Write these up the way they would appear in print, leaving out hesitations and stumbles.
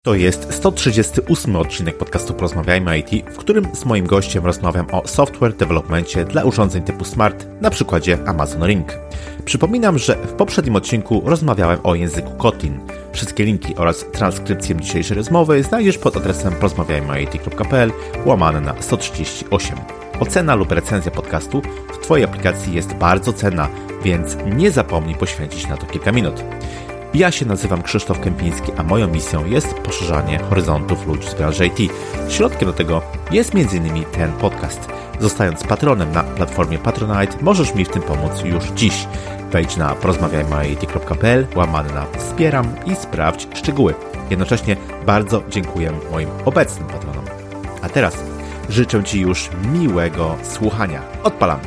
To jest 138 odcinek podcastu Porozmawiajmy o IT, w którym z moim gościem rozmawiam o software developmencie dla urządzeń typu smart na przykładzie Amazon Ring. Przypominam, że w poprzednim odcinku rozmawiałem o języku Kotlin. Wszystkie linki oraz transkrypcję dzisiejszej rozmowy znajdziesz pod adresem porozmawiajmyoit.pl/138. Ocena lub recenzja podcastu w Twojej aplikacji jest bardzo cenna, więc nie zapomnij poświęcić na to kilka minut. Ja się nazywam Krzysztof Kępiński, a moją misją jest poszerzanie horyzontów ludzi z branży IT. Środkiem do tego jest m.in. ten podcast. Zostając patronem na platformie Patronite, możesz mi w tym pomóc już dziś. Wejdź na porozmawiajmyoit.pl/wspieram i sprawdź szczegóły. Jednocześnie bardzo dziękuję moim obecnym patronom. A teraz życzę Ci już miłego słuchania. Odpalamy!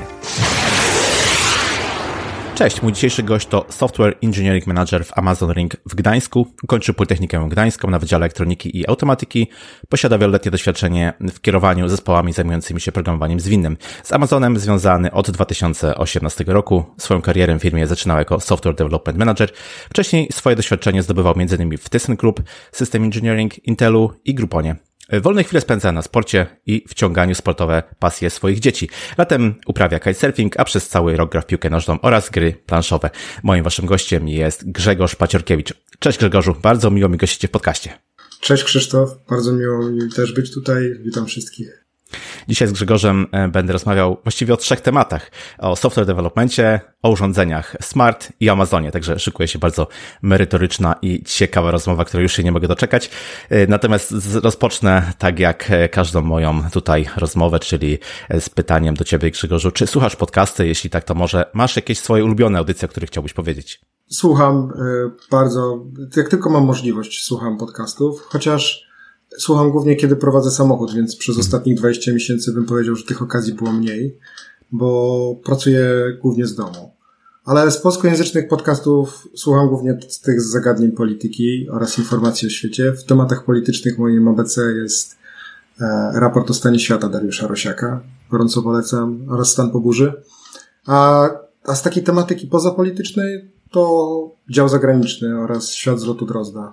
Cześć, mój dzisiejszy gość to Software Engineering Manager w Amazon Ring w Gdańsku. Ukończył Politechnikę Gdańską na Wydziale Elektroniki i Automatyki. Posiada wieloletnie doświadczenie w kierowaniu zespołami zajmującymi się programowaniem zwinnym. Z Amazonem związany od 2018 roku. Swoją karierę w firmie zaczynał jako Software Development Manager. Wcześniej swoje doświadczenie zdobywał m.in. w ThyssenKrupp, System Engineering, Intelu i Grouponie. Wolne chwile spędza na sporcie i wciąganiu sportowe pasje swoich dzieci. Latem uprawia kitesurfing, a przez cały rok gra w piłkę nożną oraz gry planszowe. Moim waszym gościem jest Grzegorz Paciorkiewicz. Cześć Grzegorzu, bardzo miło mi gościcie w podcaście. Cześć Krzysztof, bardzo miło mi też być tutaj. Witam wszystkich. Dzisiaj z Grzegorzem będę rozmawiał właściwie o 3 tematach. O software developmencie, o urządzeniach smart i Amazonie. Także szykuje się bardzo merytoryczna i ciekawa rozmowa, której już się nie mogę doczekać. Natomiast rozpocznę tak jak każdą moją tutaj rozmowę, czyli z pytaniem do Ciebie, Grzegorzu. Czy słuchasz podcasty? Jeśli tak, to może masz jakieś swoje ulubione audycje, o których chciałbyś powiedzieć? Słucham bardzo, jak tylko mam możliwość, słucham podcastów, chociaż słucham głównie, kiedy prowadzę samochód, więc przez ostatnich 20 miesięcy bym powiedział, że tych okazji było mniej, bo pracuję głównie z domu. Ale z polskojęzycznych podcastów słucham głównie z tych zagadnień polityki oraz informacji o świecie. W tematach politycznych moim ABC jest raport o stanie świata Dariusza Rosiaka, gorąco polecam, oraz Stan po burzy. A z takiej tematyki pozapolitycznej to dział zagraniczny oraz Świat z lotu Drozda.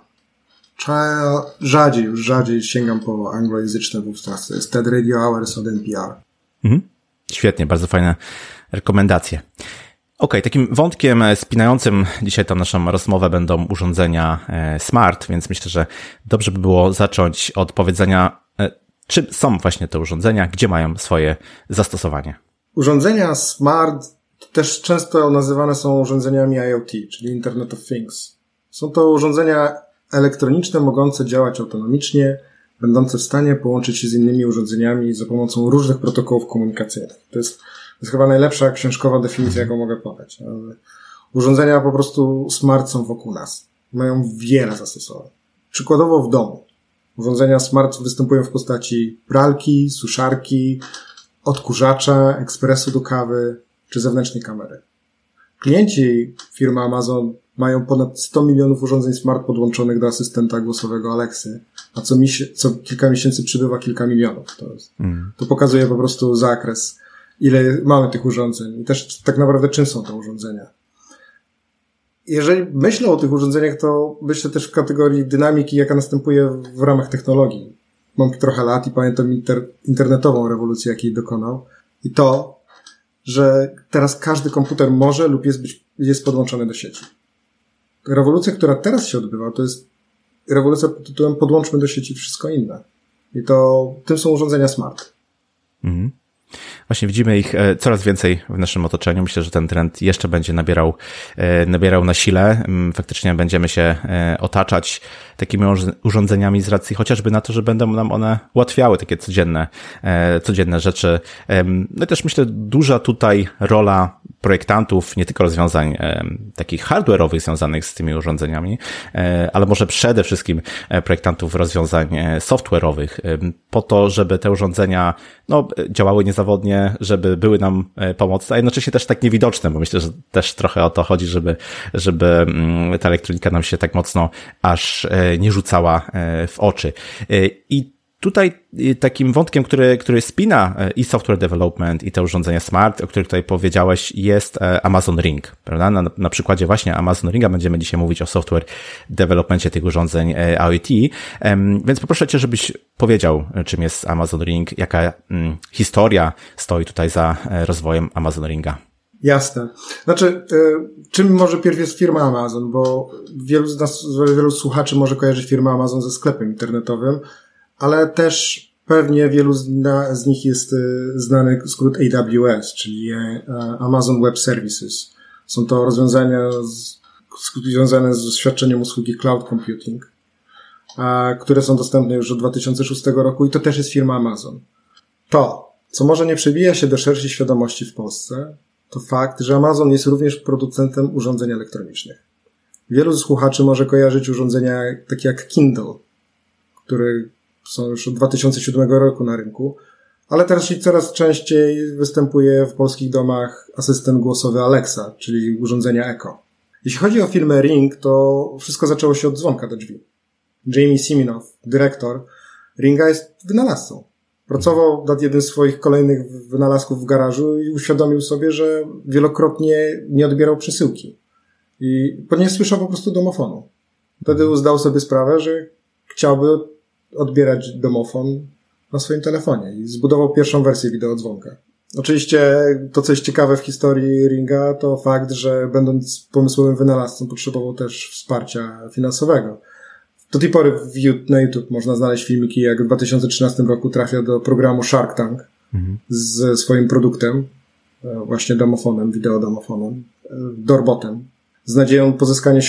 Rzadziej sięgam po anglojęzyczne wówczas. To jest TED Radio Hours od NPR. Świetnie, bardzo fajne rekomendacje. Okej, takim wątkiem spinającym dzisiaj tą naszą rozmowę będą urządzenia smart, więc myślę, że dobrze by było zacząć od powiedzenia, czym są właśnie te urządzenia, gdzie mają swoje zastosowanie. Urządzenia smart też często nazywane są urządzeniami IoT, czyli Internet of Things. Są to urządzenia elektroniczne, mogące działać autonomicznie, będące w stanie połączyć się z innymi urządzeniami za pomocą różnych protokołów komunikacyjnych. To jest chyba najlepsza książkowa definicja, jaką mogę podać. Ale urządzenia po prostu smart są wokół nas. Mają wiele zastosowań. Przykładowo w domu. Urządzenia smart występują w postaci pralki, suszarki, odkurzacza, ekspresu do kawy czy zewnętrznej kamery. Klienci firmy Amazon mają ponad 100 milionów urządzeń smart podłączonych do asystenta głosowego Alexy, a co kilka miesięcy przybywa kilka milionów. To pokazuje po prostu zakres, ile mamy tych urządzeń i też tak naprawdę czym są te urządzenia. Jeżeli myślę o tych urządzeniach, to myślę też w kategorii dynamiki, jaka następuje w ramach technologii. Mam trochę lat i pamiętam internetową rewolucję, jakiej dokonał. I to, że teraz każdy komputer może lub jest podłączony do sieci. Rewolucja, która teraz się odbywa, to jest rewolucja pod tytułem podłączmy do sieci wszystko inne. I tym są urządzenia smart. Właśnie widzimy ich coraz więcej w naszym otoczeniu. Myślę, że ten trend jeszcze będzie nabierał na sile. Faktycznie będziemy się otaczać takimi urządzeniami z racji chociażby na to, że będą nam one ułatwiały takie codzienne rzeczy. No i też myślę, duża tutaj rola projektantów, nie tylko rozwiązań takich hardware'owych związanych z tymi urządzeniami, ale może przede wszystkim projektantów rozwiązań software'owych po to, żeby te urządzenia działały niezawodnie, żeby były nam pomocne, a jednocześnie też tak niewidoczne, bo myślę, że też trochę o to chodzi, żeby ta elektronika nam się tak mocno aż nie rzucała w oczy. I Tutaj takim wątkiem, który spina i software development, i te urządzenia smart, o których tutaj powiedziałeś, jest Amazon Ring, prawda? Na przykładzie właśnie Amazon Ringa będziemy dzisiaj mówić o software developmencie tych urządzeń IoT, więc poproszę Cię, żebyś powiedział, czym jest Amazon Ring, jaka historia stoi tutaj za rozwojem Amazon Ringa. Jasne. Znaczy, czym może pierw jest firma Amazon, bo wielu słuchaczy może kojarzyć firmę Amazon ze sklepem internetowym, ale też pewnie wielu z nich jest znany skrót AWS, czyli Amazon Web Services. Są to rozwiązania związane z świadczeniem usługi cloud computing, które są dostępne już od 2006 roku i to też jest firma Amazon. To, co może nie przebija się do szerszej świadomości w Polsce, to fakt, że Amazon jest również producentem urządzeń elektronicznych. Wielu słuchaczy może kojarzyć urządzenia takie jak Kindle, które są już od 2007 roku na rynku, ale teraz coraz częściej występuje w polskich domach asystent głosowy Alexa, czyli urządzenia Echo. Jeśli chodzi o firmę Ring, to wszystko zaczęło się od dzwonka do drzwi. Jamie Siminoff, dyrektor Ringa, jest wynalazcą. Pracował nad jednym z swoich kolejnych wynalazków w garażu i uświadomił sobie, że wielokrotnie nie odbierał przesyłki. I nie słyszał po prostu domofonu. Wtedy zdał sobie sprawę, że chciałby odbierać domofon na swoim telefonie i zbudował pierwszą wersję wideodzwonka. Oczywiście to, co jest ciekawe w historii Ringa, to fakt, że będąc pomysłowym wynalazcą potrzebował też wsparcia finansowego. Do tej pory na YouTube można znaleźć filmiki, jak w 2013 roku trafia do programu Shark Tank ze swoim produktem, właśnie domofonem, wideodomofonem, Doorbotem, z nadzieją pozyskania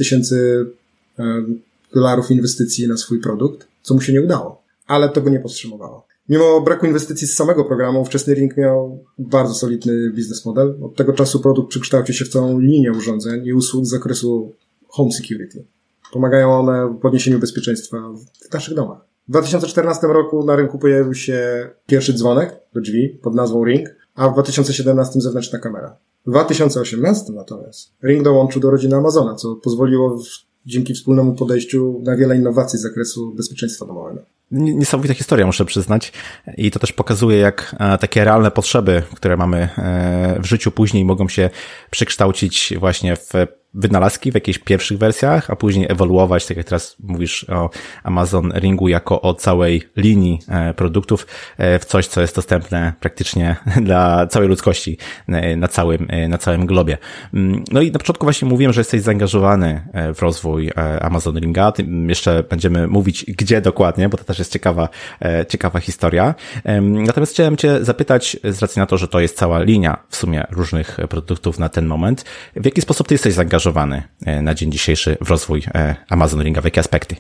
$700,000 inwestycji na swój produkt, co mu się nie udało, ale to go nie powstrzymywało. Mimo braku inwestycji z samego programu, wczesny Ring miał bardzo solidny biznes model. Od tego czasu produkt przekształcił się w całą linię urządzeń i usług z zakresu home security. Pomagają one w podniesieniu bezpieczeństwa w naszych domach. W 2014 roku na rynku pojawił się pierwszy dzwonek do drzwi pod nazwą Ring, a w 2017 zewnętrzna kamera. W 2018 natomiast Ring dołączył do rodziny Amazona, co pozwoliło dzięki wspólnemu podejściu na wiele innowacji z zakresu bezpieczeństwa domowego. Niesamowita historia, muszę przyznać. I to też pokazuje, jak takie realne potrzeby, które mamy w życiu później, mogą się przekształcić właśnie w wynalazki w jakichś pierwszych wersjach, a później ewoluować, tak jak teraz mówisz o Amazon Ringu, jako o całej linii produktów w coś, co jest dostępne praktycznie dla całej ludzkości na całym globie. No i na początku właśnie mówiłem, że jesteś zaangażowany w rozwój Amazon Ringa. Jeszcze będziemy mówić, gdzie dokładnie, bo to też jest ciekawa historia. Natomiast chciałem Cię zapytać, z racji na to, że to jest cała linia w sumie różnych produktów na ten moment, w jaki sposób Ty jesteś zaangażowany na dzień dzisiejszy w rozwój Amazon Ringa, w jakie aspekty?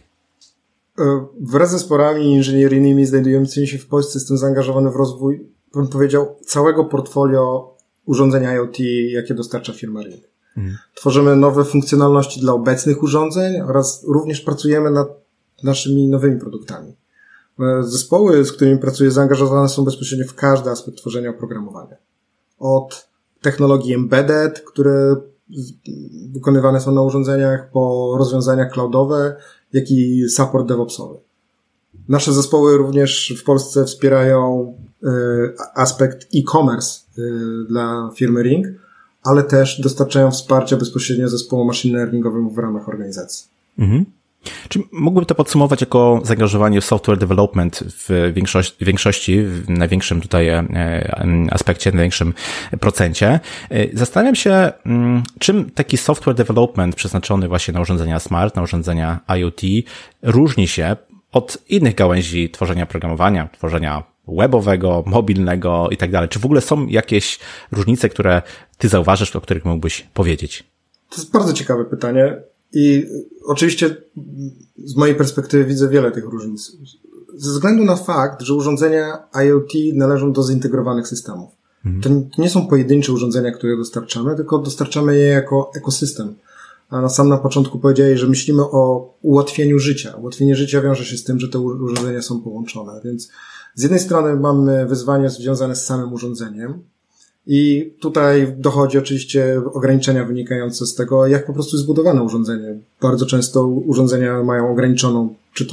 Wraz z zespołami inżynieryjnymi znajdującymi się w Polsce jestem zaangażowany w rozwój, bym powiedział, całego portfolio urządzeń IoT, jakie dostarcza firma Ring. Tworzymy nowe funkcjonalności dla obecnych urządzeń oraz również pracujemy nad naszymi nowymi produktami. Zespoły, z którymi pracuję, zaangażowane są bezpośrednio w każdy aspekt tworzenia oprogramowania. Od technologii embedded, które wykonywane są na urządzeniach, po rozwiązania cloudowe, jak i support DevOpsowy. Nasze zespoły również w Polsce wspierają aspekt e-commerce dla firmy Ring, ale też dostarczają wsparcia bezpośrednio zespołu machine learningowemu w ramach organizacji. Czy mógłbym to podsumować jako zaangażowanie w software development w większości, w największym tutaj aspekcie, największym procencie. Zastanawiam się, czym taki software development przeznaczony właśnie na urządzenia smart, na urządzenia IoT różni się od innych gałęzi tworzenia oprogramowania, tworzenia webowego, mobilnego i tak dalej. Czy w ogóle są jakieś różnice, które Ty zauważysz, o których mógłbyś powiedzieć? To jest bardzo ciekawe pytanie. I oczywiście z mojej perspektywy widzę wiele tych różnic. Ze względu na fakt, że urządzenia IoT należą do zintegrowanych systemów. To nie są pojedyncze urządzenia, które dostarczamy, tylko dostarczamy je jako ekosystem. A na początku powiedziałeś, że myślimy o ułatwieniu życia. Ułatwienie życia wiąże się z tym, że te urządzenia są połączone. Więc z jednej strony mamy wyzwania związane z samym urządzeniem, i tutaj dochodzi oczywiście ograniczenia wynikające z tego, jak po prostu jest zbudowane urządzenie. Bardzo często urządzenia mają ograniczoną, czy to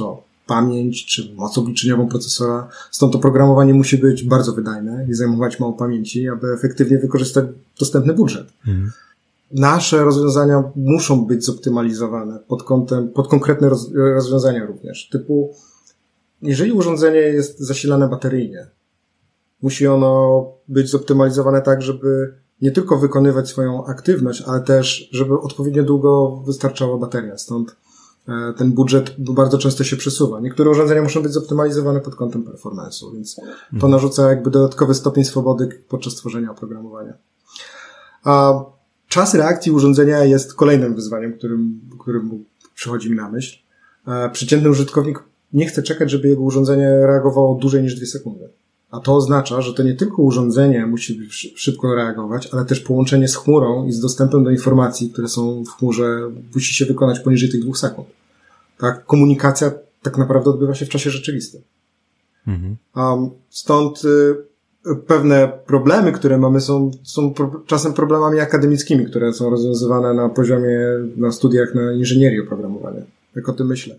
pamięć czy moc obliczeniową procesora. Stąd oprogramowanie musi być bardzo wydajne i zajmować mało pamięci, aby efektywnie wykorzystać dostępny budżet. Nasze rozwiązania muszą być zoptymalizowane pod konkretne rozwiązania również. Typu, jeżeli urządzenie jest zasilane bateryjnie, musi ono być zoptymalizowane tak, żeby nie tylko wykonywać swoją aktywność, ale też, żeby odpowiednio długo wystarczała bateria. Stąd ten budżet bardzo często się przesuwa. Niektóre urządzenia muszą być zoptymalizowane pod kątem performance'u, więc to narzuca jakby dodatkowy stopień swobody podczas tworzenia oprogramowania. A czas reakcji urządzenia jest kolejnym wyzwaniem, którym przychodzi mi na myśl. Przeciętny użytkownik nie chce czekać, żeby jego urządzenie reagowało dłużej niż 2 sekundy. A to oznacza, że to nie tylko urządzenie musi szybko reagować, ale też połączenie z chmurą i z dostępem do informacji, które są w chmurze, musi się wykonać poniżej tych 2 sekund. Tak, komunikacja tak naprawdę odbywa się w czasie rzeczywistym. Stąd pewne problemy, które mamy, są czasem problemami akademickimi, które są rozwiązywane na studiach na inżynierii oprogramowania. Jak o tym myślę.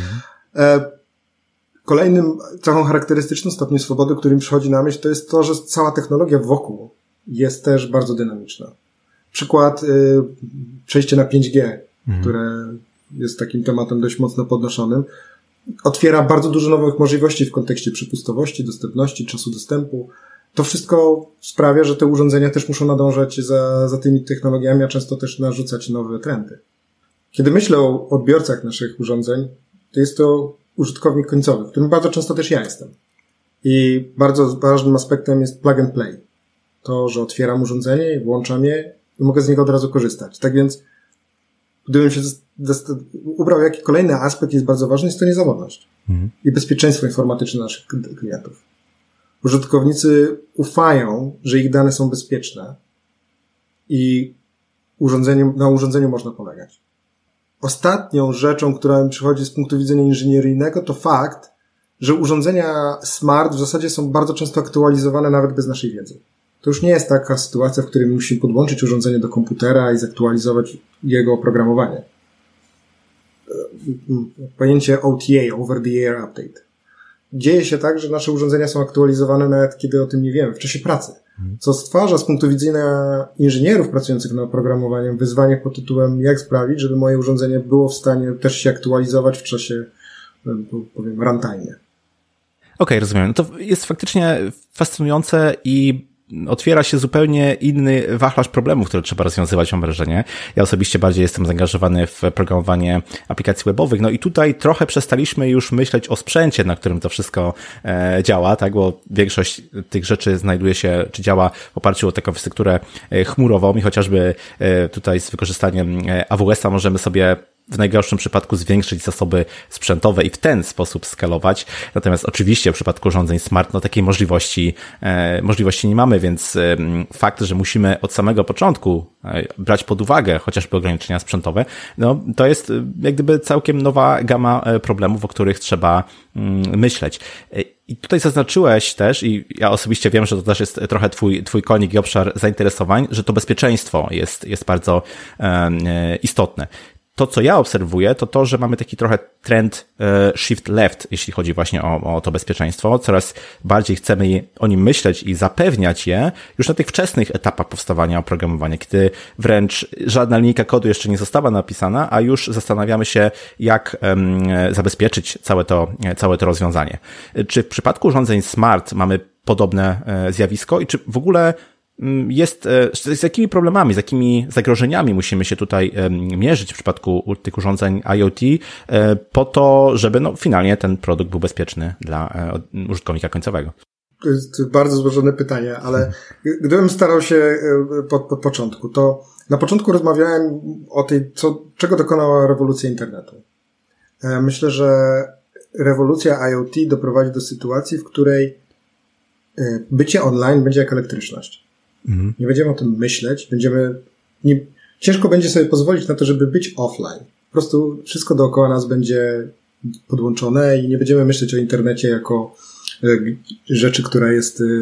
Kolejnym cechą charakterystyczną stopniu swobody, którym przychodzi na myśl, to jest to, że cała technologia wokół jest też bardzo dynamiczna. Przykład przejście na 5G, które jest takim tematem dość mocno podnoszonym, otwiera bardzo dużo nowych możliwości w kontekście przepustowości, dostępności, czasu dostępu. To wszystko sprawia, że te urządzenia też muszą nadążać za tymi technologiami, a często też narzucać nowe trendy. Kiedy myślę o odbiorcach naszych urządzeń, to jest to użytkownik końcowy, którym bardzo często też ja jestem. I bardzo ważnym aspektem jest plug and play. To, że otwieram urządzenie, włączam je i mogę z niego od razu korzystać. Tak więc, gdybym się ubrał jaki kolejny aspekt jest bardzo ważny, jest to niezawodność i bezpieczeństwo informatyczne naszych klientów. Użytkownicy ufają, że ich dane są bezpieczne i na urządzeniu można polegać. Ostatnią rzeczą, która mi przychodzi z punktu widzenia inżynieryjnego, to fakt, że urządzenia smart w zasadzie są bardzo często aktualizowane nawet bez naszej wiedzy. To już nie jest taka sytuacja, w której musimy podłączyć urządzenie do komputera i zaktualizować jego oprogramowanie. Pojęcie OTA, Over the Air Update. Dzieje się tak, że nasze urządzenia są aktualizowane nawet kiedy o tym nie wiemy, w czasie pracy. Co stwarza z punktu widzenia inżynierów pracujących nad oprogramowaniem wyzwanie pod tytułem jak sprawić, żeby moje urządzenie było w stanie też się aktualizować w czasie, powiem, runtime. Okej, rozumiem. No to jest faktycznie fascynujące i otwiera się zupełnie inny wachlarz problemów, które trzeba rozwiązywać, mam wrażenie. Ja osobiście bardziej jestem zaangażowany w programowanie aplikacji webowych, no i tutaj trochę przestaliśmy już myśleć o sprzęcie, na którym to wszystko działa, tak, bo większość tych rzeczy znajduje się, czy działa w oparciu o taką infrastrukturę chmurową i chociażby tutaj z wykorzystaniem AWS-a możemy sobie w najgorszym przypadku zwiększyć zasoby sprzętowe i w ten sposób skalować. Natomiast oczywiście w przypadku urządzeń smart, no takiej możliwości nie mamy, więc fakt, że musimy od samego początku brać pod uwagę chociażby ograniczenia sprzętowe, no to jest jak gdyby całkiem nowa gama problemów, o których trzeba myśleć. I tutaj zaznaczyłeś też, i ja osobiście wiem, że to też jest trochę twój konik i obszar zainteresowań, że to bezpieczeństwo jest bardzo istotne. To, co ja obserwuję, to to, że mamy taki trochę trend shift left, jeśli chodzi właśnie o to bezpieczeństwo. Coraz bardziej chcemy o nim myśleć i zapewniać je już na tych wczesnych etapach powstawania oprogramowania, kiedy wręcz żadna linijka kodu jeszcze nie została napisana, a już zastanawiamy się, jak zabezpieczyć całe to rozwiązanie. Czy w przypadku urządzeń smart mamy podobne zjawisko i czy w ogóle z jakimi problemami, z jakimi zagrożeniami musimy się tutaj mierzyć w przypadku tych urządzeń IoT po to, żeby finalnie ten produkt był bezpieczny dla użytkownika końcowego? To jest bardzo złożone pytanie, ale gdybym starał się pod początku, to na początku rozmawiałem o czego dokonała rewolucja internetu. Myślę, że rewolucja IoT doprowadzi do sytuacji, w której bycie online będzie jak elektryczność. Nie będziemy o tym myśleć, ciężko będzie sobie pozwolić na to, żeby być offline. Po prostu wszystko dookoła nas będzie podłączone i nie będziemy myśleć o internecie jako rzeczy,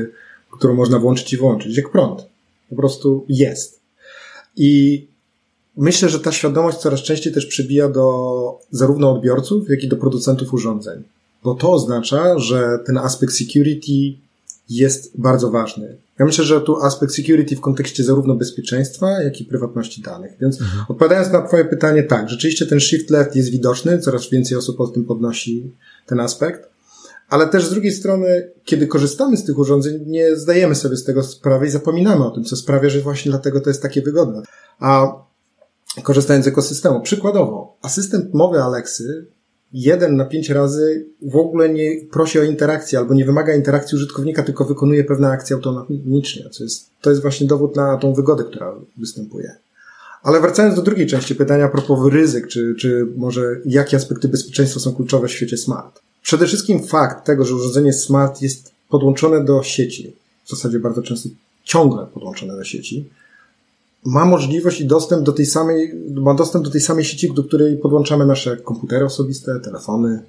którą można włączyć i wyłączyć, jak prąd. Po prostu jest. I myślę, że ta świadomość coraz częściej też przybija do zarówno odbiorców, jak i do producentów urządzeń. Bo to oznacza, że ten aspekt security jest bardzo ważny. Ja myślę, że tu aspekt security w kontekście zarówno bezpieczeństwa, jak i prywatności danych. Więc odpowiadając na twoje pytanie, tak, rzeczywiście ten shift left jest widoczny, coraz więcej osób o tym podnosi ten aspekt, ale też z drugiej strony, kiedy korzystamy z tych urządzeń, nie zdajemy sobie z tego sprawy i zapominamy o tym, co sprawia, że właśnie dlatego to jest takie wygodne. A korzystając z ekosystemu, przykładowo, asystent mowy Alexy 1 na 5 razy w ogóle nie prosi o interakcję albo nie wymaga interakcji użytkownika, tylko wykonuje pewne akcje autonomicznie. To jest właśnie dowód na tą wygodę, która występuje. Ale wracając do drugiej części pytania a propos ryzyk, czy może jakie aspekty bezpieczeństwa są kluczowe w świecie smart. Przede wszystkim fakt tego, że urządzenie smart jest podłączone do sieci, w zasadzie bardzo często ciągle podłączone do sieci, ma możliwość i dostęp do tej samej sieci, do której podłączamy nasze komputery osobiste, telefony.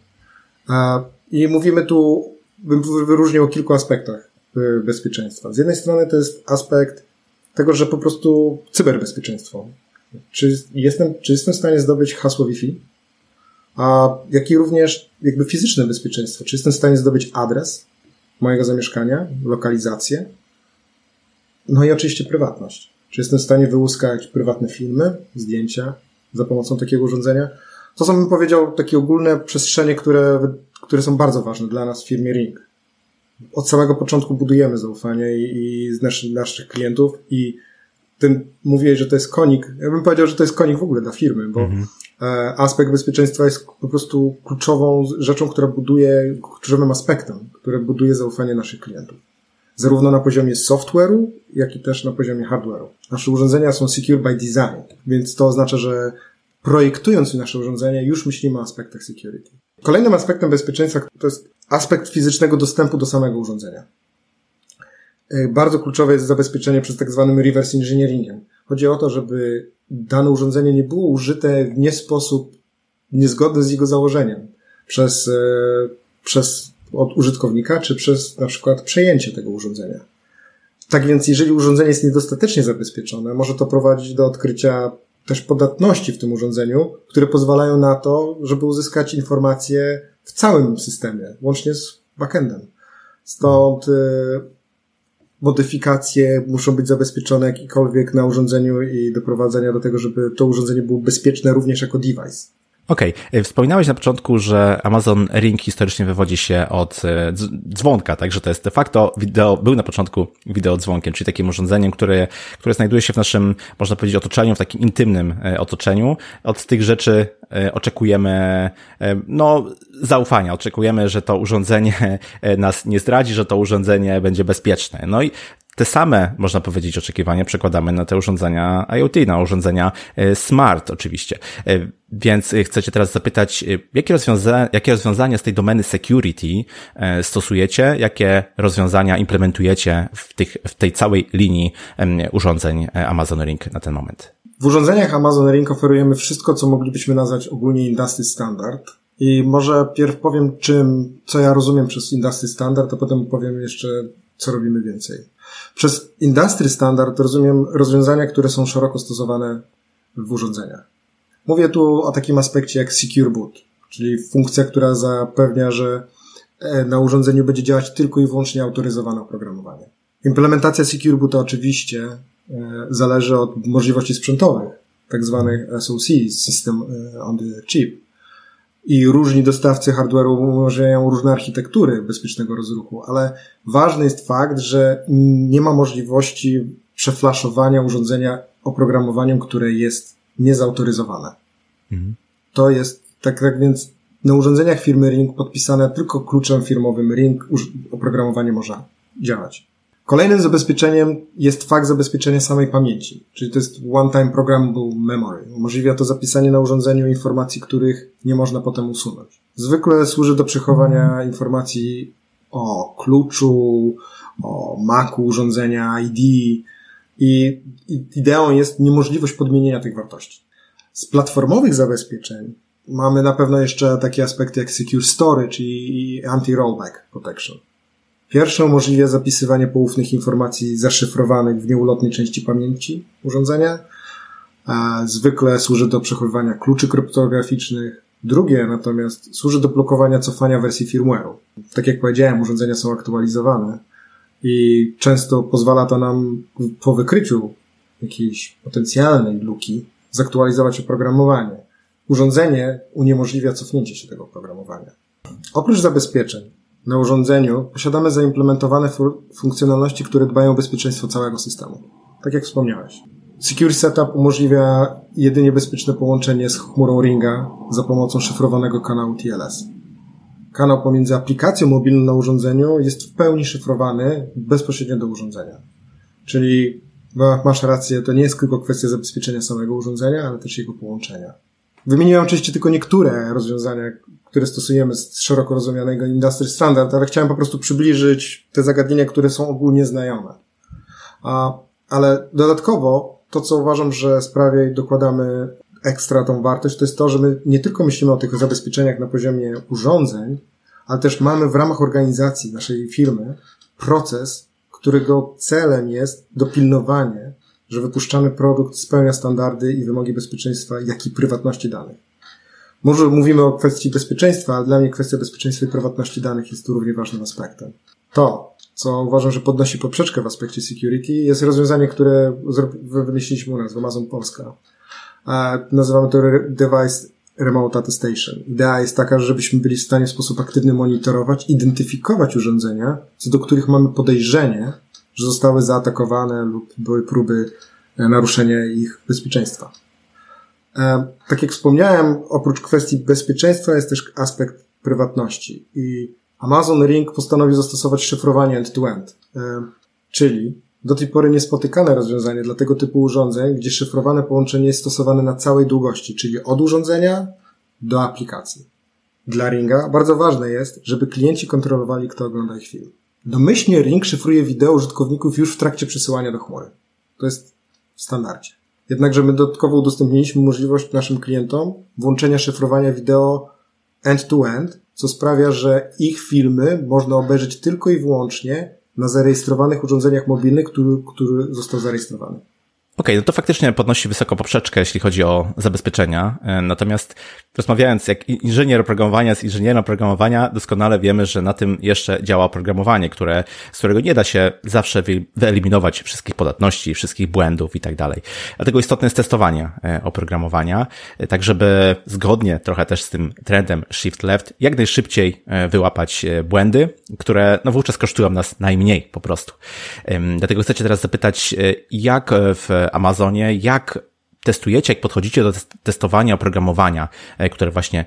I mówimy tu, bym wyróżnił o kilku aspektach bezpieczeństwa. Z jednej strony to jest aspekt tego, że po prostu cyberbezpieczeństwo. Czy jestem w stanie zdobyć hasło Wi-Fi? Jak i również jakby fizyczne bezpieczeństwo. Czy jestem w stanie zdobyć adres mojego zamieszkania, lokalizację? No i oczywiście prywatność. Czy jestem w stanie wyłuskać prywatne filmy, zdjęcia za pomocą takiego urządzenia? To są, bym powiedział, takie ogólne przestrzenie, które są bardzo ważne dla nas w firmie Ring. Od samego początku budujemy zaufanie i z naszych klientów i mówię, że to jest konik. Ja bym powiedział, że to jest konik w ogóle dla firmy, bo aspekt bezpieczeństwa jest po prostu kluczową rzeczą, kluczowym aspektem, które buduje zaufanie naszych klientów. Zarówno na poziomie software'u, jak i też na poziomie hardware'u. Nasze urządzenia są secure by design, więc to oznacza, że projektując nasze urządzenie już myślimy o aspektach security. Kolejnym aspektem bezpieczeństwa to jest aspekt fizycznego dostępu do samego urządzenia. Bardzo kluczowe jest zabezpieczenie przez tak zwanym reverse engineeringiem. Chodzi o to, żeby dane urządzenie nie było użyte w sposób niezgodny z jego założeniem od użytkownika, czy przez na przykład przejęcie tego urządzenia. Tak więc jeżeli urządzenie jest niedostatecznie zabezpieczone, może to prowadzić do odkrycia też podatności w tym urządzeniu, które pozwalają na to, żeby uzyskać informacje w całym systemie, łącznie z backendem. Stąd modyfikacje muszą być zabezpieczone jakikolwiek na urządzeniu i doprowadzenia do tego, żeby to urządzenie było bezpieczne również jako device. Okej. Wspominałeś na początku, że Amazon Ring historycznie wywodzi się od dzwonka, tak, że to jest de facto był na początku wideodzwonkiem, czyli takim urządzeniem, które znajduje się w naszym, można powiedzieć, otoczeniu, w takim intymnym otoczeniu. Od tych rzeczy oczekujemy, zaufania. Oczekujemy, że to urządzenie nas nie zdradzi, że to urządzenie będzie bezpieczne. No i te same, można powiedzieć, oczekiwania przekładamy na te urządzenia IoT, na urządzenia smart oczywiście. Więc chcę cię teraz zapytać, jakie rozwiązania z tej domeny security stosujecie, jakie rozwiązania implementujecie w tej całej linii urządzeń Amazon Ring na ten moment? W urządzeniach Amazon Ring oferujemy wszystko, co moglibyśmy nazwać ogólnie Industry Standard. I może pierw powiem, co ja rozumiem przez Industry Standard, a potem powiem jeszcze, co robimy więcej. Przez Industry Standard rozumiem rozwiązania, które są szeroko stosowane w urządzeniach. Mówię tu o takim aspekcie jak Secure Boot, czyli funkcja, która zapewnia, że na urządzeniu będzie działać tylko i wyłącznie autoryzowane oprogramowanie. Implementacja Secure Boota oczywiście zależy od możliwości sprzętowych, tak zwanych SoC, System on the Chip. I różni dostawcy hardware'u umożliwiają różne architektury bezpiecznego rozruchu, ale ważny jest fakt, że nie ma możliwości przeflaszowania urządzenia oprogramowaniem, które jest niezautoryzowane. To jest, tak więc na urządzeniach firmy Ring podpisane tylko kluczem firmowym Ring oprogramowanie może działać. Kolejnym zabezpieczeniem jest fakt zabezpieczenia samej pamięci, czyli to jest one-time programmable memory. Umożliwia to zapisanie na urządzeniu informacji, których nie można potem usunąć. Zwykle służy do przechowania informacji o kluczu, o maku urządzenia, ID i ideą jest niemożliwość podmienienia tych wartości. Z platformowych zabezpieczeń mamy na pewno jeszcze takie aspekty jak Secure Storage i Anti-Rollback Protection. Pierwsze umożliwia zapisywanie poufnych informacji zaszyfrowanych w nieulotnej części pamięci urządzenia, zwykle służy do przechowywania kluczy kryptograficznych. Drugie natomiast służy do blokowania cofania wersji firmware'u. Tak jak powiedziałem, urządzenia są aktualizowane i często pozwala to nam po wykryciu jakiejś potencjalnej luki zaktualizować oprogramowanie. Urządzenie uniemożliwia cofnięcie się tego oprogramowania. Oprócz zabezpieczeń na urządzeniu posiadamy zaimplementowane funkcjonalności, które dbają o bezpieczeństwo całego systemu. Tak jak wspomniałeś. Secure Setup umożliwia jedynie bezpieczne połączenie z chmurą Ringa za pomocą szyfrowanego kanału TLS. Kanał pomiędzy aplikacją mobilną na urządzeniu jest w pełni szyfrowany bezpośrednio do urządzenia. Czyli masz rację, to nie jest tylko kwestia zabezpieczenia samego urządzenia, ale też jego połączenia. Wymieniłem oczywiście tylko niektóre rozwiązania, które stosujemy z szeroko rozumianego Industry Standard, ale chciałem po prostu przybliżyć te zagadnienia, które są ogólnie znajome. Ale dodatkowo to, co uważam, że sprawia i dokładamy ekstra tą wartość, to jest to, że my nie tylko myślimy o tych zabezpieczeniach na poziomie urządzeń, ale też mamy w ramach organizacji naszej firmy proces, którego celem jest dopilnowanie, że wypuszczany produkt spełnia standardy i wymogi bezpieczeństwa, jak i prywatności danych. Może mówimy o kwestii bezpieczeństwa, ale dla mnie kwestia bezpieczeństwa i prywatności danych jest tu równie ważnym aspektem. To, co uważam, że podnosi poprzeczkę w aspekcie security, jest rozwiązanie, które wymyśliliśmy u nas w Amazon Polska. Nazywamy to Device Remote Attestation. Idea jest taka, żebyśmy byli w stanie w sposób aktywny monitorować, identyfikować urządzenia, co do których mamy podejrzenie, że zostały zaatakowane lub były próby naruszenia ich bezpieczeństwa. Tak jak wspomniałem, oprócz kwestii bezpieczeństwa jest też aspekt prywatności i Amazon Ring postanowił zastosować szyfrowanie end-to-end, czyli do tej pory niespotykane rozwiązanie dla tego typu urządzeń, gdzie szyfrowane połączenie jest stosowane na całej długości, czyli od urządzenia do aplikacji. Dla Ringa bardzo ważne jest, żeby klienci kontrolowali, kto ogląda ich film. Domyślnie Ring szyfruje wideo użytkowników już w trakcie przesyłania do chmury. To jest w standardzie. Jednakże my dodatkowo udostępniliśmy możliwość naszym klientom włączenia szyfrowania wideo end-to-end, co sprawia, że ich filmy można obejrzeć tylko i wyłącznie na zarejestrowanych urządzeniach mobilnych, który został zarejestrowany. Okej, no to faktycznie podnosi wysoko poprzeczkę, jeśli chodzi o zabezpieczenia. Natomiast rozmawiając jak inżynier oprogramowania z inżynierem oprogramowania, doskonale wiemy, że na tym jeszcze działa oprogramowanie, z którego nie da się zawsze wyeliminować wszystkich podatności, wszystkich błędów i tak dalej. Dlatego istotne jest testowanie oprogramowania, tak żeby zgodnie trochę też z tym trendem shift left, jak najszybciej wyłapać błędy, które wówczas kosztują nas najmniej po prostu. Dlatego chcę cię teraz zapytać, jak w Amazonie, jak testujecie, jak podchodzicie do testowania oprogramowania, które właśnie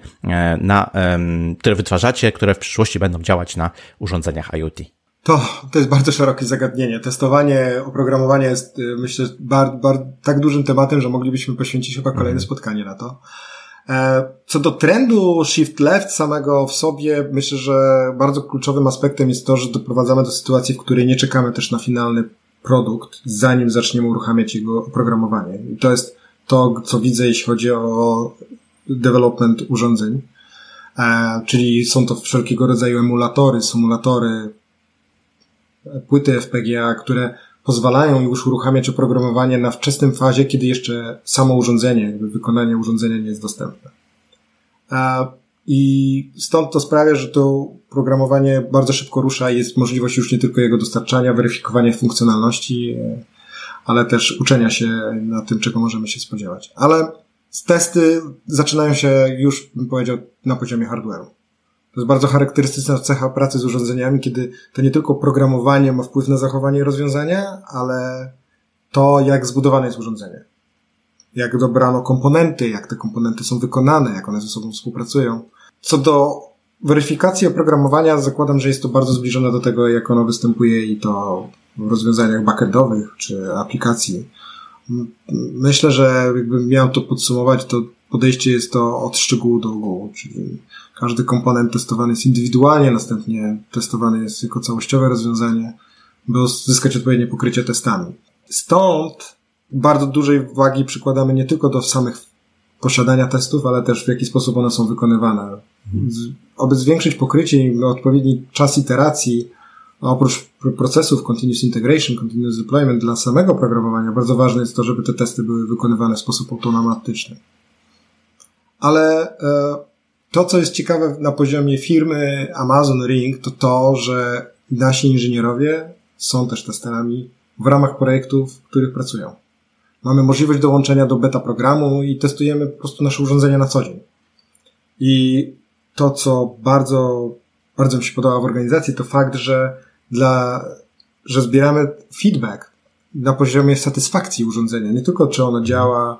które wytwarzacie, które w przyszłości będą działać na urządzeniach IoT? To jest bardzo szerokie zagadnienie. Testowanie oprogramowania jest, myślę, tak dużym tematem, że moglibyśmy poświęcić chyba kolejne spotkanie na to. Co do trendu shift left samego w sobie, myślę, że bardzo kluczowym aspektem jest to, że doprowadzamy do sytuacji, w której nie czekamy też na finalny produkt, zanim zaczniemy uruchamiać jego oprogramowanie. I to jest to, co widzę, jeśli chodzi o development urządzeń. Czyli są to wszelkiego rodzaju emulatory, symulatory, płyty FPGA, które pozwalają już uruchamiać oprogramowanie na wczesnym fazie, kiedy jeszcze samo urządzenie, wykonanie urządzenia nie jest dostępne. I stąd to sprawia, że to programowanie bardzo szybko rusza i jest możliwość już nie tylko jego dostarczania, weryfikowania funkcjonalności, ale też uczenia się na tym, czego możemy się spodziewać. Ale testy zaczynają się już, bym powiedział, na poziomie hardware'u. To jest bardzo charakterystyczna cecha pracy z urządzeniami, kiedy to nie tylko programowanie ma wpływ na zachowanie rozwiązania, ale to, jak zbudowane jest urządzenie. Jak dobrano komponenty, jak te komponenty są wykonane, jak one ze sobą współpracują. Co do weryfikacji oprogramowania, zakładam, że jest to bardzo zbliżone do tego, jak ono występuje i to w rozwiązaniach backendowych czy aplikacji. Myślę, że jakbym miał to podsumować, to podejście jest to od szczegółu do ogółu, czyli każdy komponent testowany jest indywidualnie, następnie testowany jest jako całościowe rozwiązanie, by uzyskać odpowiednie pokrycie testami. Stąd bardzo dużej wagi przykładamy nie tylko do samych posiadania testów, ale też w jaki sposób one są wykonywane. Aby zwiększyć pokrycie i odpowiedni czas iteracji, A oprócz procesów continuous integration, continuous deployment dla samego programowania, bardzo ważne jest to, żeby te testy były wykonywane w sposób automatyczny. Ale to, co jest ciekawe na poziomie firmy Amazon Ring, to, że nasi inżynierowie są też testerami w ramach projektów, w których pracują. Mamy możliwość dołączenia do beta programu i testujemy po prostu nasze urządzenia na co dzień. I to, co bardzo mi się podoba w organizacji, to fakt, że zbieramy feedback na poziomie satysfakcji urządzenia. Nie tylko, czy ono działa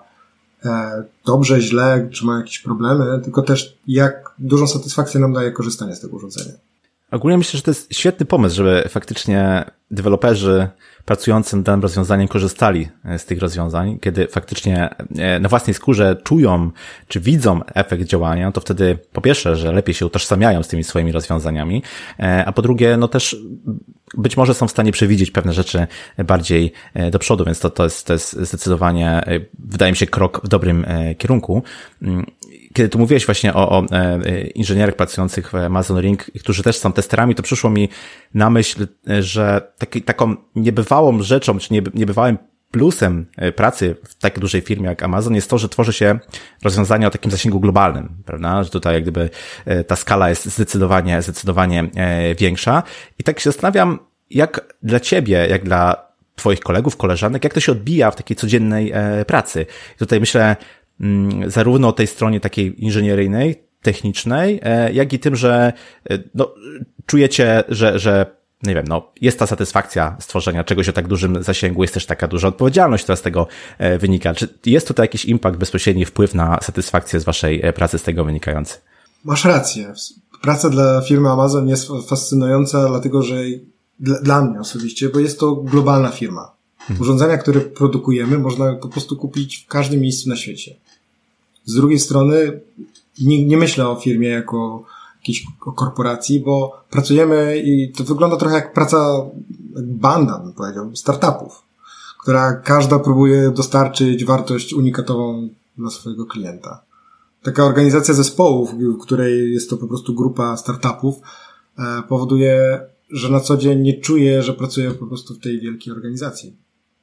dobrze, źle, czy ma jakieś problemy, tylko też jak dużą satysfakcję nam daje korzystanie z tego urządzenia. Ogólnie myślę, że to jest świetny pomysł, żeby faktycznie deweloperzy pracujący nad danym rozwiązaniem korzystali z tych rozwiązań, kiedy faktycznie na własnej skórze czują, czy widzą efekt działania, to wtedy po pierwsze, że lepiej się utożsamiają z tymi swoimi rozwiązaniami, a po drugie, no też być może są w stanie przewidzieć pewne rzeczy bardziej do przodu, więc to jest zdecydowanie, wydaje mi się, krok w dobrym kierunku. Kiedy tu mówiłeś właśnie o inżynierach pracujących w Amazon Ring, którzy też są testerami, to przyszło mi na myśl, że taką niebywałą rzeczą, czy niebywałym plusem pracy w tak dużej firmie jak Amazon jest to, że tworzy się rozwiązania o takim zasięgu globalnym, prawda? Że tutaj jak gdyby ta skala jest zdecydowanie większa. I tak się zastanawiam, jak dla ciebie, jak dla twoich kolegów, koleżanek, jak to się odbija w takiej codziennej pracy. I tutaj myślę zarówno o tej stronie takiej inżynieryjnej, technicznej, jak i tym, że no, czujecie, że nie wiem, no, jest ta satysfakcja stworzenia czegoś o tak dużym zasięgu, jest też taka duża odpowiedzialność, która z tego wynika. Czy jest tutaj jakiś impact, bezpośredni wpływ na satysfakcję z waszej pracy z tego wynikający? Masz rację. Praca dla firmy Amazon jest fascynująca, dlatego że dla mnie osobiście, bo jest to globalna firma. Urządzenia, które produkujemy, można po prostu kupić w każdym miejscu na świecie. Z drugiej strony nie myślę o firmie jako jakiejś korporacji, bo pracujemy i to wygląda trochę jak praca, jak banda, bym powiedział, startupów, która każda próbuje dostarczyć wartość unikatową dla swojego klienta. Taka organizacja zespołów, w której jest to po prostu grupa startupów, powoduje, że na co dzień nie czuję, że pracuję po prostu w tej wielkiej organizacji.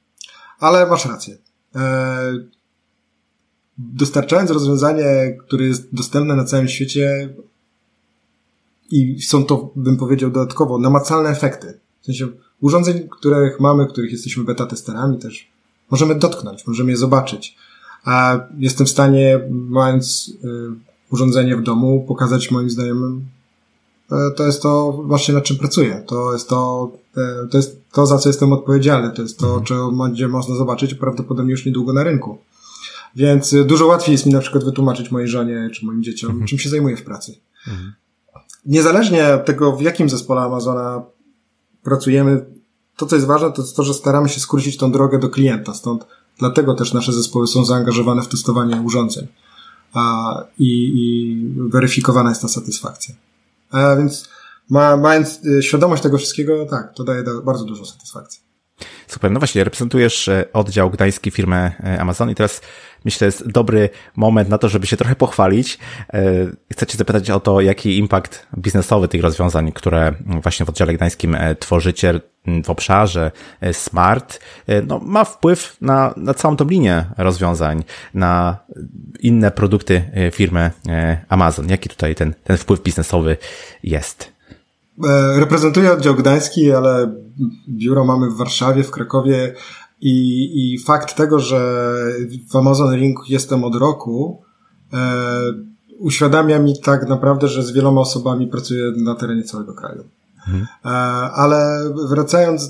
Ale masz rację. Dostarczając rozwiązanie, które jest dostępne na całym świecie i są to, bym powiedział, dodatkowo namacalne efekty. W sensie urządzeń, których mamy, których jesteśmy beta testerami też, możemy dotknąć, możemy je zobaczyć. A jestem w stanie, mając urządzenie w domu, pokazać moim znajomym, to jest to właśnie, nad czym pracuję. To jest to, za co jestem odpowiedzialny. To jest to, czego będzie można zobaczyć prawdopodobnie już niedługo na rynku. Więc dużo łatwiej jest mi na przykład wytłumaczyć mojej żonie czy moim dzieciom, czym się zajmuję w pracy. Niezależnie od tego, w jakim zespole Amazona pracujemy, to, co jest ważne, to jest to, że staramy się skrócić tą drogę do klienta. Stąd dlatego też nasze zespoły są zaangażowane w testowanie urządzeń. I weryfikowana jest ta satysfakcja. Więc mając świadomość tego wszystkiego, tak, to daje bardzo dużo satysfakcji. Super, no właśnie, reprezentujesz oddział gdański firmy Amazon i teraz myślę, jest dobry moment na to, żeby się trochę pochwalić. Chcę cię zapytać o to, jaki impact biznesowy tych rozwiązań, które właśnie w oddziale gdańskim tworzycie w obszarze smart, no, ma wpływ na całą tą linię rozwiązań, na inne produkty firmy Amazon. Jaki tutaj ten wpływ biznesowy jest? Reprezentuję oddział gdański, ale biuro mamy w Warszawie, w Krakowie i fakt tego, że w Amazon Ring jestem od roku, uświadamia mi tak naprawdę, że z wieloma osobami pracuję na terenie całego kraju. Ale wracając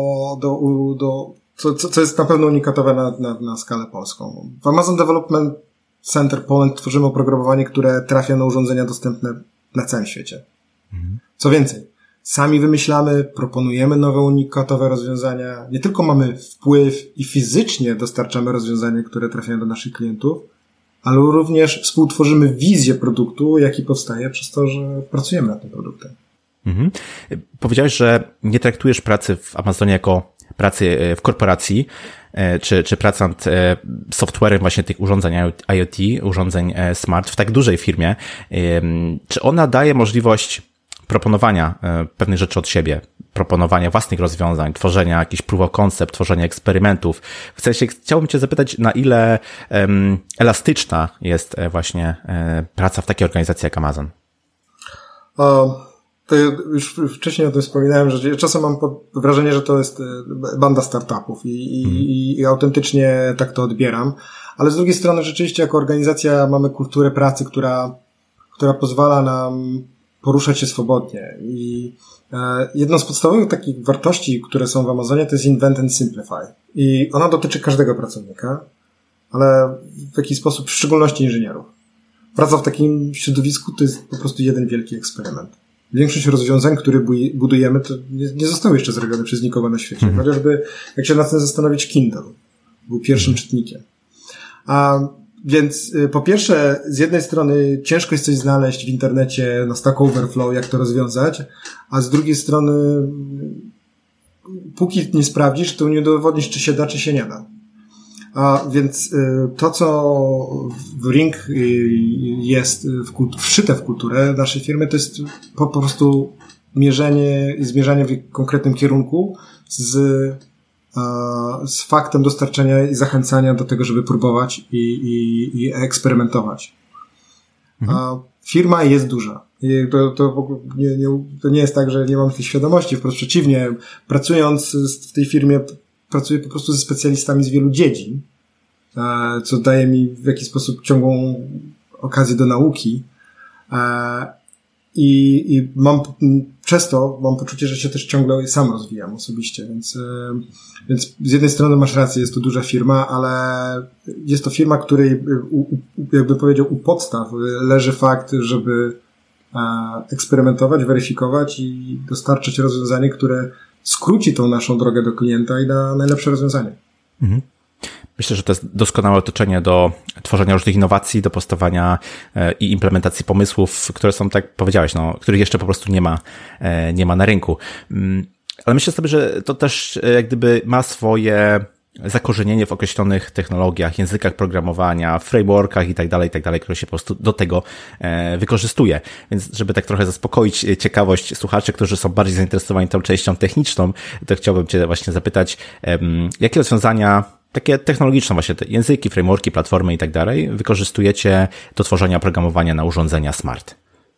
co jest na pewno unikatowe na skalę polską. W Amazon Development Center Poland tworzymy oprogramowanie, które trafia na urządzenia dostępne na całym świecie. Co więcej, sami wymyślamy, proponujemy nowe unikatowe rozwiązania. Nie tylko mamy wpływ i fizycznie dostarczamy rozwiązania, które trafiają do naszych klientów, ale również współtworzymy wizję produktu, jaki powstaje przez to, że pracujemy nad tym produktem. Powiedziałeś, że nie traktujesz pracy w Amazonie jako pracy w korporacji, czy pracy nad softwarem właśnie tych urządzeń IoT, urządzeń smart w tak dużej firmie. Czy ona daje możliwość proponowania pewnych rzeczy od siebie, proponowania własnych rozwiązań, tworzenia jakichś proof of concept, tworzenia eksperymentów. Chciałbym cię zapytać, na ile elastyczna jest właśnie praca w takiej organizacji jak Amazon? To już wcześniej o tym wspominałem, że czasem mam wrażenie, że to jest banda startupów i autentycznie tak to odbieram. Ale z drugiej strony rzeczywiście jako organizacja mamy kulturę pracy, która pozwala nam poruszać się swobodnie. I jedną z podstawowych takich wartości, które są w Amazonie, to jest Invent and Simplify. I ona dotyczy każdego pracownika, ale w jakiś sposób, w szczególności inżynierów. Praca w takim środowisku to jest po prostu jeden wielki eksperyment. Większość rozwiązań, które budujemy, to nie zostały jeszcze zrobione przez nikogo na świecie. Chociażby, jak się nad tym zastanowić, Kindle był pierwszym czytnikiem. Więc po pierwsze, z jednej strony ciężko jest coś znaleźć w internecie na Stack Overflow, jak to rozwiązać, a z drugiej strony póki nie sprawdzisz, to nie udowodnisz, czy się da, czy się nie da. Więc to, co w Ring jest wszyte w kulturę naszej firmy, to jest po prostu zmierzanie w konkretnym kierunku z faktem dostarczenia i zachęcania do tego, żeby próbować i eksperymentować. Firma jest duża. To nie jest tak, że nie mam tej świadomości. Wprost przeciwnie, pracując w tej firmie, pracuję po prostu ze specjalistami z wielu dziedzin, co daje mi w jakiś sposób ciągłą okazję do nauki. I przez to mam poczucie, że się też ciągle sam rozwijam osobiście, więc z jednej strony masz rację, jest to duża firma, ale jest to firma, której jakby powiedział u podstaw leży fakt, żeby eksperymentować, weryfikować i dostarczyć rozwiązanie, które skróci tą naszą drogę do klienta i da najlepsze rozwiązanie. Mhm. Myślę, że to jest doskonałe otoczenie do tworzenia różnych innowacji, do postawania i implementacji pomysłów, które są, tak powiedziałeś, których jeszcze po prostu nie ma na rynku. Ale myślę sobie, że to też jak gdyby ma swoje zakorzenienie w określonych technologiach, językach programowania, frameworkach i tak dalej, które się po prostu do tego wykorzystuje. Więc żeby tak trochę zaspokoić ciekawość słuchaczy, którzy są bardziej zainteresowani tą częścią techniczną, to chciałbym cię właśnie zapytać, jakie rozwiązania takie technologiczne właśnie, te języki, frameworki, platformy i tak dalej wykorzystujecie do tworzenia oprogramowania na urządzenia smart?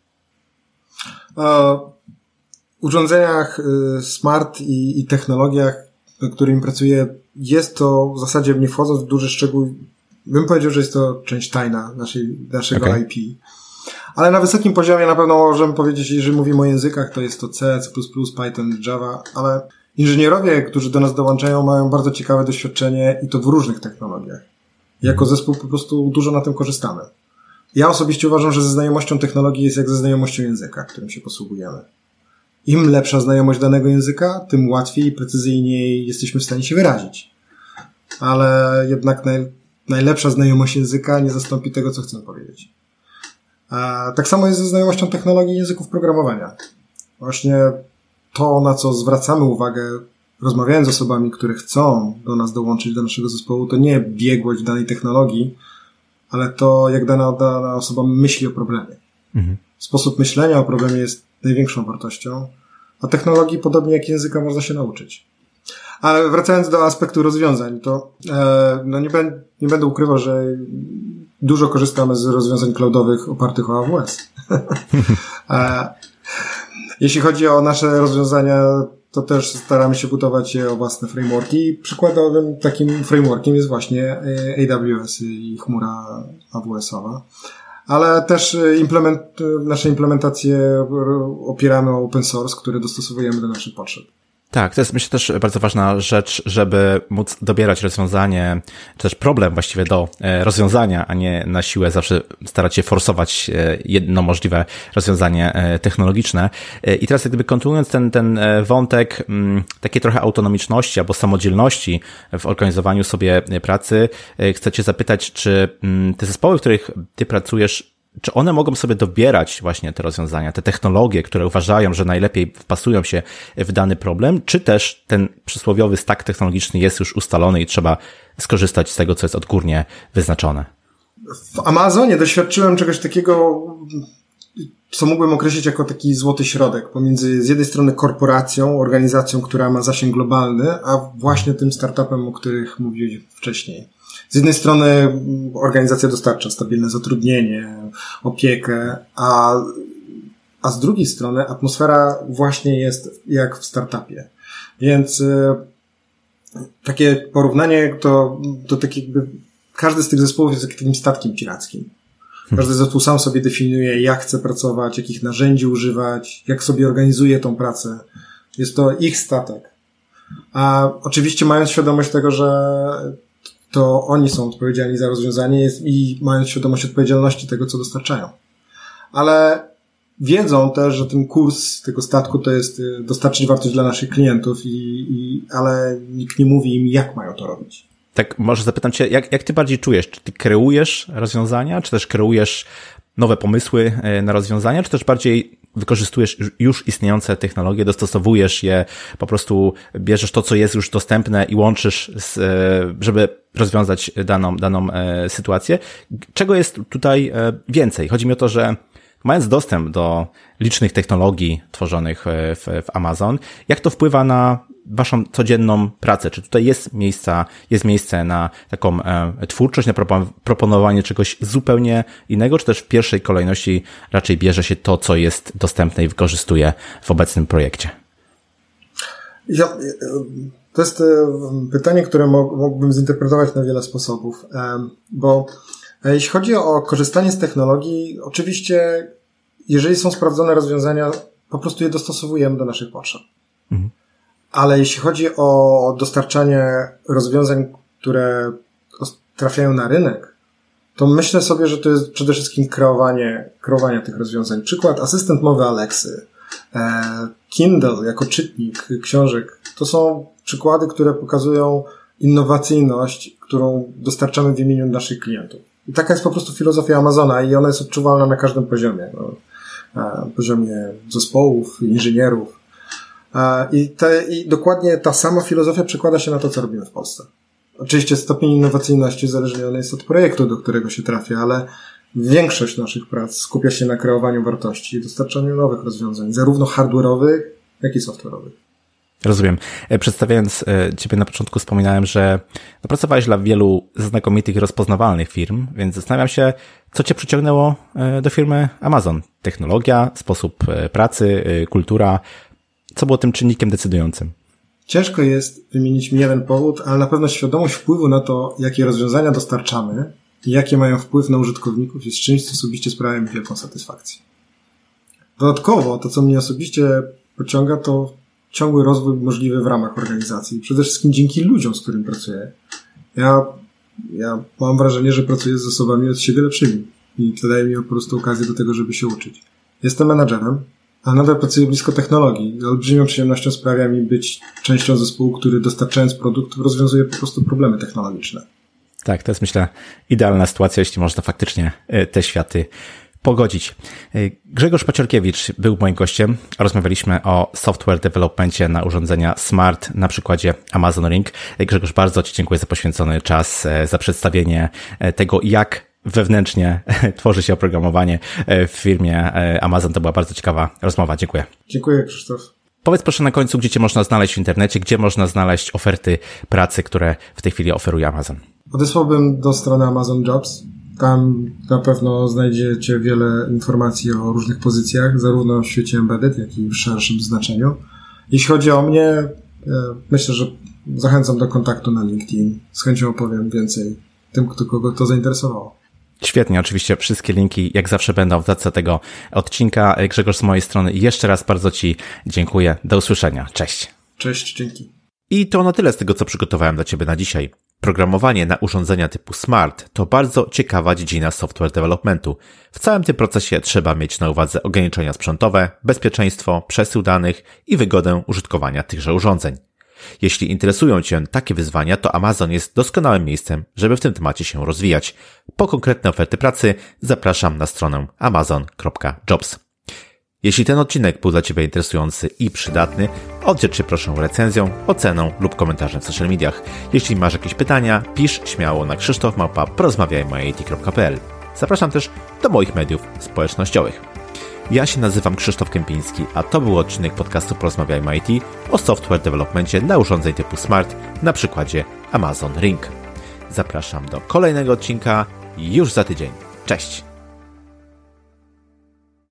W urządzeniach smart i technologiach, nad którymi pracuję, jest to w zasadzie, nie wchodząc w duży szczegół, bym powiedział, że jest to część tajna naszego IP. Ale na wysokim poziomie na pewno możemy powiedzieć, jeżeli mówimy o językach, to jest to C, C++, Python, Java, ale inżynierowie, którzy do nas dołączają, mają bardzo ciekawe doświadczenie i to w różnych technologiach. Jako zespół po prostu dużo na tym korzystamy. Ja osobiście uważam, że ze znajomością technologii jest jak ze znajomością języka, którym się posługujemy. Im lepsza znajomość danego języka, tym łatwiej i precyzyjniej jesteśmy w stanie się wyrazić. Ale jednak najlepsza znajomość języka nie zastąpi tego, co chcę powiedzieć. Tak samo jest ze znajomością technologii i języków programowania. Właśnie to, na co zwracamy uwagę, rozmawiając z osobami, które chcą do nas dołączyć do naszego zespołu, to nie biegłość w danej technologii, ale to, jak dana osoba myśli o problemie. Mhm. Sposób myślenia o problemie jest największą wartością, a technologii, podobnie jak języka, można się nauczyć. Ale wracając do aspektu rozwiązań, to nie będę ukrywał, że dużo korzystamy z rozwiązań cloudowych opartych o AWS. Jeśli chodzi o nasze rozwiązania, to też staramy się budować je o własne frameworki. Przykładowym takim frameworkiem jest właśnie AWS i chmura AWS-owa. Ale też nasze implementacje opieramy o open source, które dostosowujemy do naszych potrzeb. Tak, to jest myślę też bardzo ważna rzecz, żeby móc dobierać rozwiązanie, czy też problem właściwie do rozwiązania, a nie na siłę zawsze starać się forsować jedno możliwe rozwiązanie technologiczne. I teraz jak gdyby kontynuując ten wątek takiej trochę autonomiczności albo samodzielności w organizowaniu sobie pracy, chcę cię zapytać, czy te zespoły, w których ty pracujesz, czy one mogą sobie dobierać właśnie te rozwiązania, te technologie, które uważają, że najlepiej wpasują się w dany problem, czy też ten przysłowiowy stack technologiczny jest już ustalony i trzeba skorzystać z tego, co jest odgórnie wyznaczone? W Amazonie doświadczyłem czegoś takiego co mógłbym określić jako taki złoty środek pomiędzy z jednej strony korporacją, organizacją, która ma zasięg globalny, a właśnie tym startupem, o których mówiłeś wcześniej. Z jednej strony organizacja dostarcza stabilne zatrudnienie, opiekę, a z drugiej strony atmosfera właśnie jest jak w startupie. Więc takie porównanie to tak jakby każdy z tych zespołów jest takim statkiem pirackim. Każdy zespół sam sobie definiuje, jak chce pracować, jakich narzędzi używać, jak sobie organizuje tą pracę. Jest to ich statek. A oczywiście mając świadomość tego, że to oni są odpowiedzialni za rozwiązanie i mając świadomość odpowiedzialności tego, co dostarczają. Ale wiedzą też, że ten kurs tego statku to jest dostarczyć wartość dla naszych klientów, ale nikt nie mówi im, jak mają to robić. Tak, może zapytam cię, jak ty bardziej czujesz? Czy ty kreujesz rozwiązania, czy też kreujesz nowe pomysły na rozwiązania, czy też bardziej wykorzystujesz już istniejące technologie, dostosowujesz je, po prostu bierzesz to, co jest już dostępne i łączysz, żeby rozwiązać daną sytuację? Czego jest tutaj więcej? Chodzi mi o to, że mając dostęp do licznych technologii tworzonych w Amazon, jak to wpływa na waszą codzienną pracę? Czy tutaj jest miejsce na taką twórczość, na proponowanie czegoś zupełnie innego, czy też w pierwszej kolejności raczej bierze się to, co jest dostępne i wykorzystuje w obecnym projekcie? To jest pytanie, które mógłbym zinterpretować na wiele sposobów, bo jeśli chodzi o korzystanie z technologii, oczywiście jeżeli są sprawdzone rozwiązania, po prostu je dostosowujemy do naszych potrzeb. Mhm. Ale jeśli chodzi o dostarczanie rozwiązań, które trafiają na rynek, to myślę sobie, że to jest przede wszystkim kreowanie tych rozwiązań. Przykład asystent mowy Alexy, Kindle jako czytnik książek, to są przykłady, które pokazują innowacyjność, którą dostarczamy w imieniu naszych klientów. I taka jest po prostu filozofia Amazona i ona jest odczuwalna na każdym poziomie. Poziomie zespołów, inżynierów. I dokładnie ta sama filozofia przekłada się na to, co robimy w Polsce. Oczywiście stopień innowacyjności uzależniony jest od projektu, do którego się trafia, ale większość naszych prac skupia się na kreowaniu wartości i dostarczaniu nowych rozwiązań, zarówno hardware'owych, jak i software'owych. Rozumiem. Przedstawiając ciebie na początku wspominałem, że pracowałeś dla wielu znakomitych i rozpoznawalnych firm, więc zastanawiam się, co cię przyciągnęło do firmy Amazon? Technologia, sposób pracy, kultura. Co było tym czynnikiem decydującym? Ciężko jest wymienić mi jeden powód, ale na pewno świadomość wpływu na to, jakie rozwiązania dostarczamy i jakie mają wpływ na użytkowników jest czymś, co osobiście sprawia mi wielką satysfakcję. Dodatkowo to, co mnie osobiście pociąga, to ciągły rozwój możliwy w ramach organizacji. Przede wszystkim dzięki ludziom, z którymi pracuję. Ja mam wrażenie, że pracuję z osobami od siebie lepszymi i to daje mi po prostu okazję do tego, żeby się uczyć. Jestem menadżerem, a nadal pracuję blisko technologii. Olbrzymią przyjemnością sprawia mi być częścią zespołu, który dostarczając produkt rozwiązuje po prostu problemy technologiczne. Tak, to jest myślę idealna sytuacja, jeśli można faktycznie te światy pogodzić. Grzegorz Paciorkiewicz był moim gościem. Rozmawialiśmy o software developmencie na urządzenia smart na przykładzie Amazon Ring. Grzegorz, bardzo ci dziękuję za poświęcony czas, za przedstawienie tego, jak wewnętrznie tworzy się oprogramowanie w firmie Amazon. To była bardzo ciekawa rozmowa. Dziękuję. Dziękuję, Krzysztof. Powiedz proszę na końcu, gdzie cię można znaleźć w internecie, gdzie można znaleźć oferty pracy, które w tej chwili oferuje Amazon. Odesłałbym do strony Amazon Jobs. Tam na pewno znajdziecie wiele informacji o różnych pozycjach, zarówno w świecie embedded, jak i w szerszym znaczeniu. Jeśli chodzi o mnie, myślę, że zachęcam do kontaktu na LinkedIn. Z chęcią opowiem więcej tym, kogo to zainteresowało. Świetnie, oczywiście wszystkie linki jak zawsze będą w dodatce tego odcinka. Grzegorz, z mojej strony jeszcze raz bardzo ci dziękuję. Do usłyszenia. Cześć. Cześć, dzięki. I to na tyle z tego, co przygotowałem dla ciebie na dzisiaj. Programowanie na urządzenia typu smart to bardzo ciekawa dziedzina software developmentu. W całym tym procesie trzeba mieć na uwadze ograniczenia sprzętowe, bezpieczeństwo, przesył danych i wygodę użytkowania tychże urządzeń. Jeśli interesują cię takie wyzwania, to Amazon jest doskonałym miejscem, żeby w tym temacie się rozwijać. Po konkretne oferty pracy zapraszam na stronę amazon.jobs. Jeśli ten odcinek był dla ciebie interesujący i przydatny, oddziel się proszę recenzją, oceną lub komentarzem w social mediach. Jeśli masz jakieś pytania, pisz śmiało na krzysztof@porozmawiajmy.it.pl. Zapraszam też do moich mediów społecznościowych. Ja się nazywam Krzysztof Kępiński, a to był odcinek podcastu Porozmawiajmy IT o software developmencie dla urządzeń typu smart na przykładzie Amazon Ring. Zapraszam do kolejnego odcinka już za tydzień. Cześć!